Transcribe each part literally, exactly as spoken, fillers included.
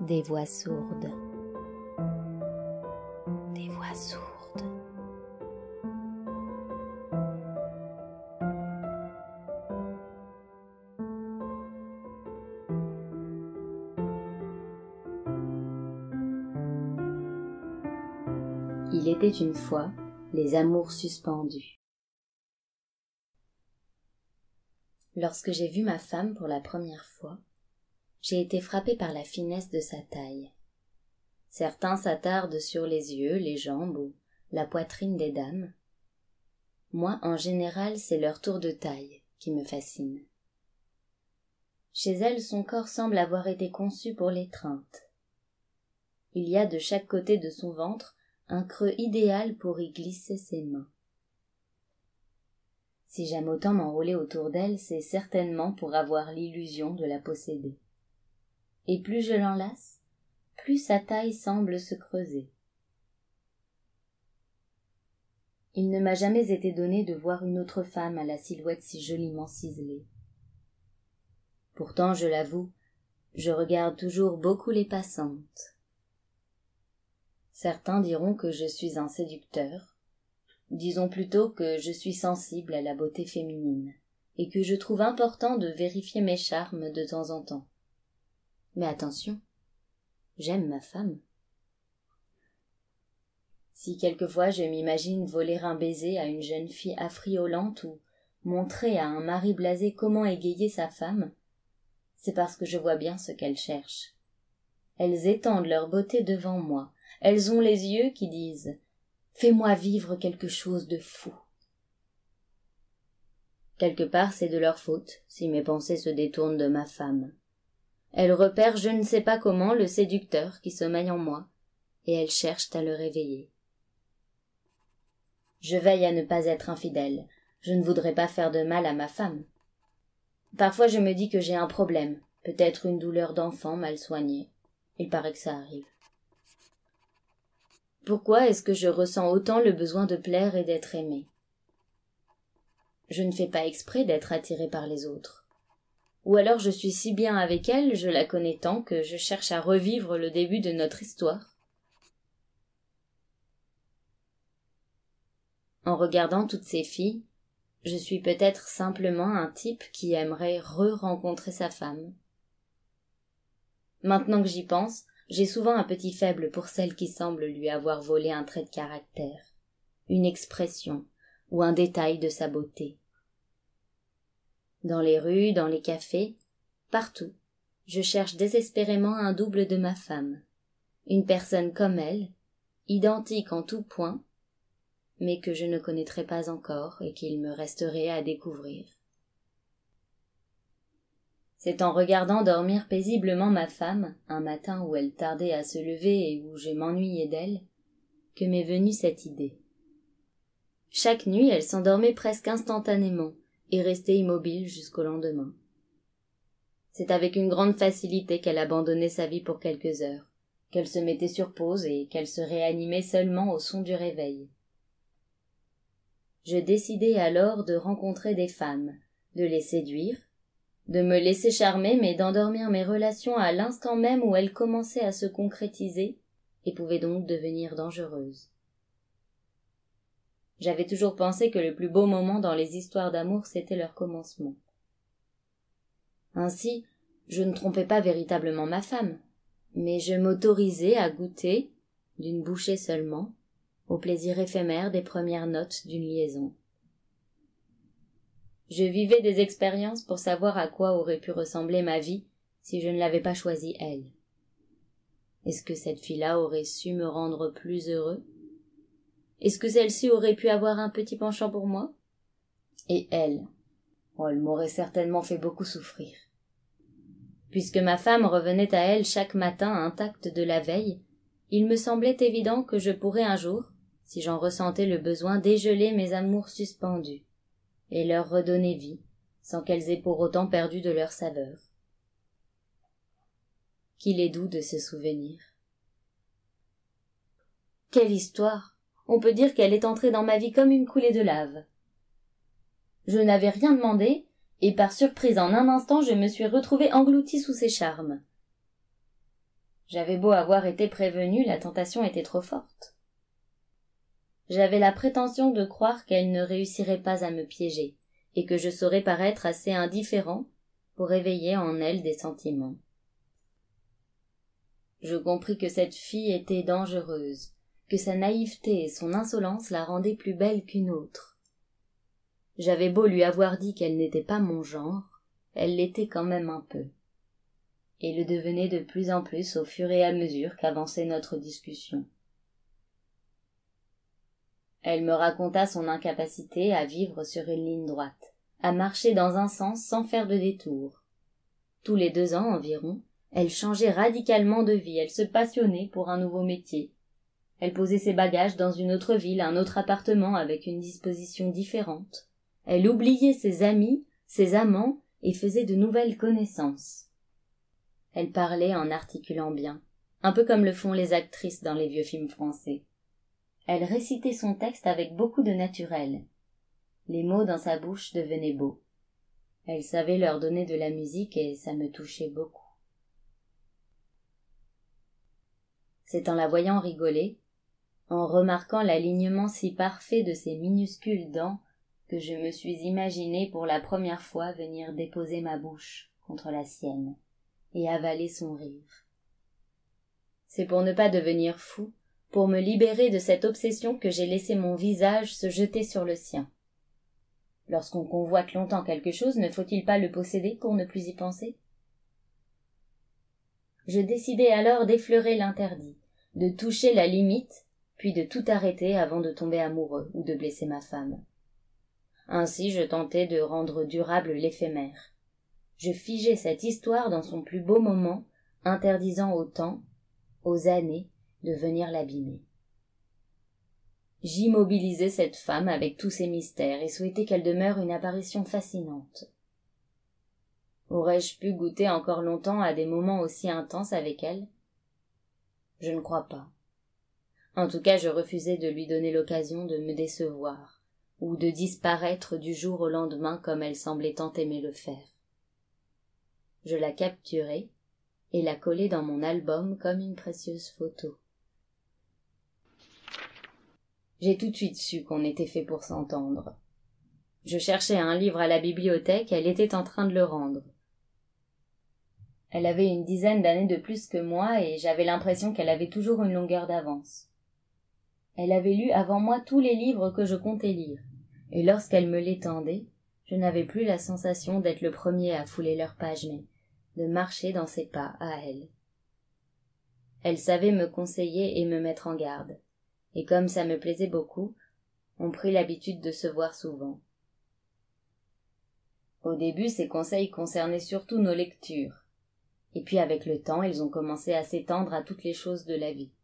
Des voix sourdes. Des voix sourdes. Il était une fois les amours suspendus. Lorsque j'ai vu ma femme pour la première fois, j'ai été frappée par la finesse de sa taille. Certains s'attardent sur les yeux, les jambes ou la poitrine des dames. Moi, en général, c'est leur tour de taille qui me fascine. Chez elle, son corps semble avoir été conçu pour l'étreinte. Il y a de chaque côté de son ventre un creux idéal pour y glisser ses mains. Si j'aime autant m'enrouler autour d'elle, c'est certainement pour avoir l'illusion de la posséder. Et plus je l'enlace, plus sa taille semble se creuser. Il ne m'a jamais été donné de voir une autre femme à la silhouette si joliment ciselée. Pourtant, je l'avoue, je regarde toujours beaucoup les passantes. Certains diront que je suis un séducteur, disons plutôt que je suis sensible à la beauté féminine, et que je trouve important de vérifier mes charmes de temps en temps. Mais attention, j'aime ma femme. Si quelquefois je m'imagine voler un baiser à une jeune fille affriolante ou montrer à un mari blasé comment égayer sa femme, c'est parce que je vois bien ce qu'elles cherchent. Elles étendent leur beauté devant moi, elles ont les yeux qui disent « Fais-moi vivre quelque chose de fou ». Quelque part, c'est de leur faute si mes pensées se détournent de ma femme. Elles repèrent je ne sais pas comment le séducteur qui sommeille en moi, et elles cherchent à le réveiller. Je veille à ne pas être infidèle, je ne voudrais pas faire de mal à ma femme. Parfois je me dis que j'ai un problème, peut-être une douleur d'enfant mal soignée. Il paraît que ça arrive. Pourquoi est-ce que je ressens autant le besoin de plaire et d'être aimée? Je ne fais pas exprès d'être attirée par les autres. Ou alors je suis si bien avec elle, je la connais tant que je cherche à revivre le début de notre histoire. En regardant toutes ces filles, je suis peut-être simplement un type qui aimerait re-rencontrer sa femme. Maintenant que j'y pense, j'ai souvent un petit faible pour celle qui semble lui avoir volé un trait de caractère, une expression ou un détail de sa beauté. Dans les rues, dans les cafés, partout, je cherche désespérément un double de ma femme, une personne comme elle, identique en tout point, mais que je ne connaîtrai pas encore et qu'il me resterait à découvrir. C'est en regardant dormir paisiblement ma femme, un matin où elle tardait à se lever et où je m'ennuyais d'elle, que m'est venue cette idée. Chaque nuit, elle s'endormait presque instantanément et restait immobile jusqu'au lendemain. C'est avec une grande facilité qu'elle abandonnait sa vie pour quelques heures, qu'elle se mettait sur pause et qu'elle se réanimait seulement au son du réveil. Je décidai alors de rencontrer des femmes, de les séduire, de me laisser charmer mais d'endormir mes relations à l'instant même où elles commençaient à se concrétiser et pouvaient donc devenir dangereuses. J'avais toujours pensé que le plus beau moment dans les histoires d'amour c'était leur commencement. Ainsi, je ne trompais pas véritablement ma femme, mais je m'autorisais à goûter, d'une bouchée seulement, au plaisir éphémère des premières notes d'une liaison. Je vivais des expériences pour savoir à quoi aurait pu ressembler ma vie si je ne l'avais pas choisie elle. Est-ce que cette fille-là aurait su me rendre plus heureux? Est-ce que celle-ci aurait pu avoir un petit penchant pour moi? Et elle? Oh, elle m'aurait certainement fait beaucoup souffrir. Puisque ma femme revenait à elle chaque matin intacte de la veille, il me semblait évident que je pourrais un jour, si j'en ressentais le besoin, dégeler mes amours suspendus et leur redonner vie, sans qu'elles aient pour autant perdu de leur saveur. Qu'il est doux de se souvenir. Quelle histoire! On peut dire qu'elle est entrée dans ma vie comme une coulée de lave. Je n'avais rien demandé, et par surprise en un instant je me suis retrouvée engloutie sous ses charmes. J'avais beau avoir été prévenue, la tentation était trop forte. J'avais la prétention de croire qu'elle ne réussirait pas à me piéger, et que je saurais paraître assez indifférent pour éveiller en elle des sentiments. Je compris que cette fille était dangereuse, que sa naïveté et son insolence la rendaient plus belle qu'une autre. J'avais beau lui avoir dit qu'elle n'était pas mon genre, elle l'était quand même un peu, et le devenait de plus en plus au fur et à mesure qu'avançait notre discussion. Elle me raconta son incapacité à vivre sur une ligne droite, à marcher dans un sens sans faire de détour. Tous les deux ans environ, elle changeait radicalement de vie, elle se passionnait pour un nouveau métier. Elle posait ses bagages dans une autre ville, un autre appartement avec une disposition différente. Elle oubliait ses amis, ses amants, et faisait de nouvelles connaissances. Elle parlait en articulant bien, un peu comme le font les actrices dans les vieux films français. Elle récitait son texte avec beaucoup de naturel. Les mots dans sa bouche devenaient beaux. Elle savait leur donner de la musique et ça me touchait beaucoup. C'est en la voyant rigoler, en remarquant l'alignement si parfait de ses minuscules dents, que je me suis imaginé pour la première fois venir déposer ma bouche contre la sienne et avaler son rire. C'est pour ne pas devenir fou, pour me libérer de cette obsession que j'ai laissé mon visage se jeter sur le sien. Lorsqu'on convoite longtemps quelque chose, ne faut-il pas le posséder pour ne plus y penser? Je décidai alors d'effleurer l'interdit, de toucher la limite, puis de tout arrêter avant de tomber amoureux ou de blesser ma femme. Ainsi je tentai de rendre durable l'éphémère. Je figeai cette histoire dans son plus beau moment, interdisant au temps, aux années, de venir l'abîmer. J'immobilisai cette femme avec tous ses mystères et souhaitai qu'elle demeure une apparition fascinante. Aurais-je pu goûter encore longtemps à des moments aussi intenses avec elle? Je ne crois pas. En tout cas, je refusai de lui donner l'occasion de me décevoir, ou de disparaître du jour au lendemain comme elle semblait tant aimer le faire. Je la capturai et la collai dans mon album comme une précieuse photo. J'ai tout de suite su qu'on était fait pour s'entendre. Je cherchais un livre à la bibliothèque, elle était en train de le rendre. Elle avait une dizaine d'années de plus que moi et j'avais l'impression qu'elle avait toujours une longueur d'avance. Elle avait lu avant moi tous les livres que je comptais lire, et lorsqu'elle me les tendait, je n'avais plus la sensation d'être le premier à fouler leurs pages, mais de marcher dans ses pas à elle. Elle savait me conseiller et me mettre en garde, et comme ça me plaisait beaucoup, on prit l'habitude de se voir souvent. Au début, ces conseils concernaient surtout nos lectures, et puis avec le temps, ils ont commencé à s'étendre à toutes les choses de la vie.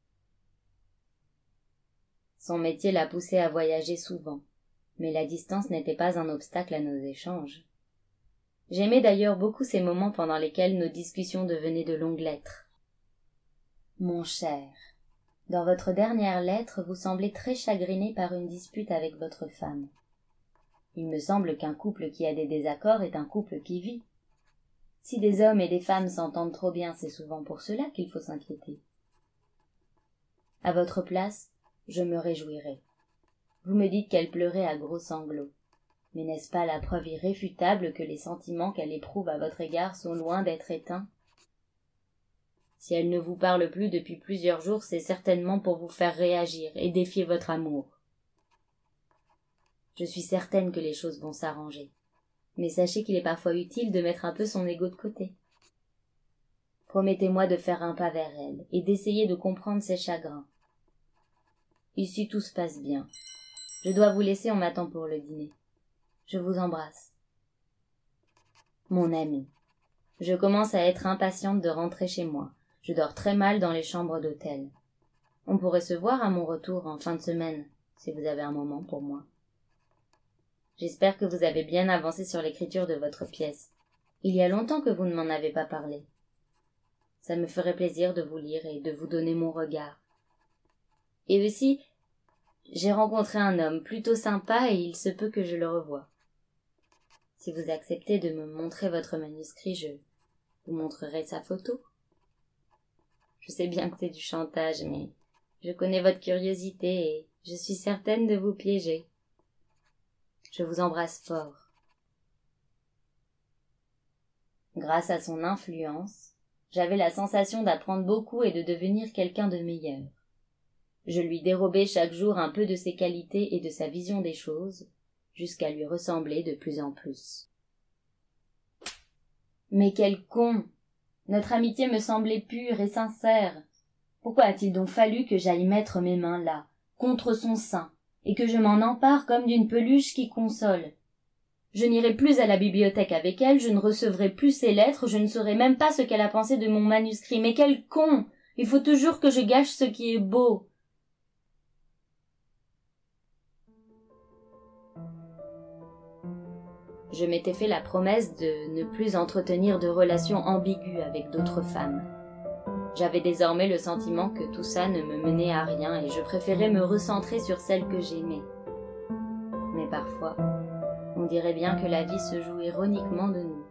Son métier l'a poussée à voyager souvent, mais la distance n'était pas un obstacle à nos échanges. J'aimais d'ailleurs beaucoup ces moments pendant lesquels nos discussions devenaient de longues lettres. Mon cher, dans votre dernière lettre, vous semblez très chagriné par une dispute avec votre femme. Il me semble qu'un couple qui a des désaccords est un couple qui vit. Si des hommes et des femmes s'entendent trop bien, c'est souvent pour cela qu'il faut s'inquiéter. À votre place, je me réjouirais. Vous me dites qu'elle pleurait à gros sanglots. Mais n'est-ce pas la preuve irréfutable que les sentiments qu'elle éprouve à votre égard sont loin d'être éteints? Si elle ne vous parle plus depuis plusieurs jours, c'est certainement pour vous faire réagir et défier votre amour. Je suis certaine que les choses vont s'arranger. Mais sachez qu'il est parfois utile de mettre un peu son ego de côté. Promettez-moi de faire un pas vers elle et d'essayer de comprendre ses chagrins. Ici tout se passe bien. Je dois vous laisser, on m'attend pour le dîner. Je vous embrasse. Mon ami, je commence à être impatiente de rentrer chez moi. Je dors très mal dans les chambres d'hôtel. On pourrait se voir à mon retour en fin de semaine, si vous avez un moment pour moi. J'espère que vous avez bien avancé sur l'écriture de votre pièce. Il y a longtemps que vous ne m'en avez pas parlé. Ça me ferait plaisir de vous lire et de vous donner mon regard. Et aussi, j'ai rencontré un homme plutôt sympa et il se peut que je le revoie. Si vous acceptez de me montrer votre manuscrit, je vous montrerai sa photo. Je sais bien que c'est du chantage, mais je connais votre curiosité et je suis certaine de vous piéger. Je vous embrasse fort. Grâce à son influence, j'avais la sensation d'apprendre beaucoup et de devenir quelqu'un de meilleur. Je lui dérobais chaque jour un peu de ses qualités et de sa vision des choses, jusqu'à lui ressembler de plus en plus. Mais quel con! Notre amitié me semblait pure et sincère. Pourquoi a-t-il donc fallu que j'aille mettre mes mains là, contre son sein, et que je m'en empare comme d'une peluche qui console? Je n'irai plus à la bibliothèque avec elle, je ne recevrai plus ses lettres, je ne saurai même pas ce qu'elle a pensé de mon manuscrit. Mais quel con! Il faut toujours que je gâche ce qui est beau. Je m'étais fait la promesse de ne plus entretenir de relations ambiguës avec d'autres femmes. J'avais désormais le sentiment que tout ça ne me menait à rien et je préférais me recentrer sur celle que j'aimais. Mais parfois, on dirait bien que la vie se joue ironiquement de nous.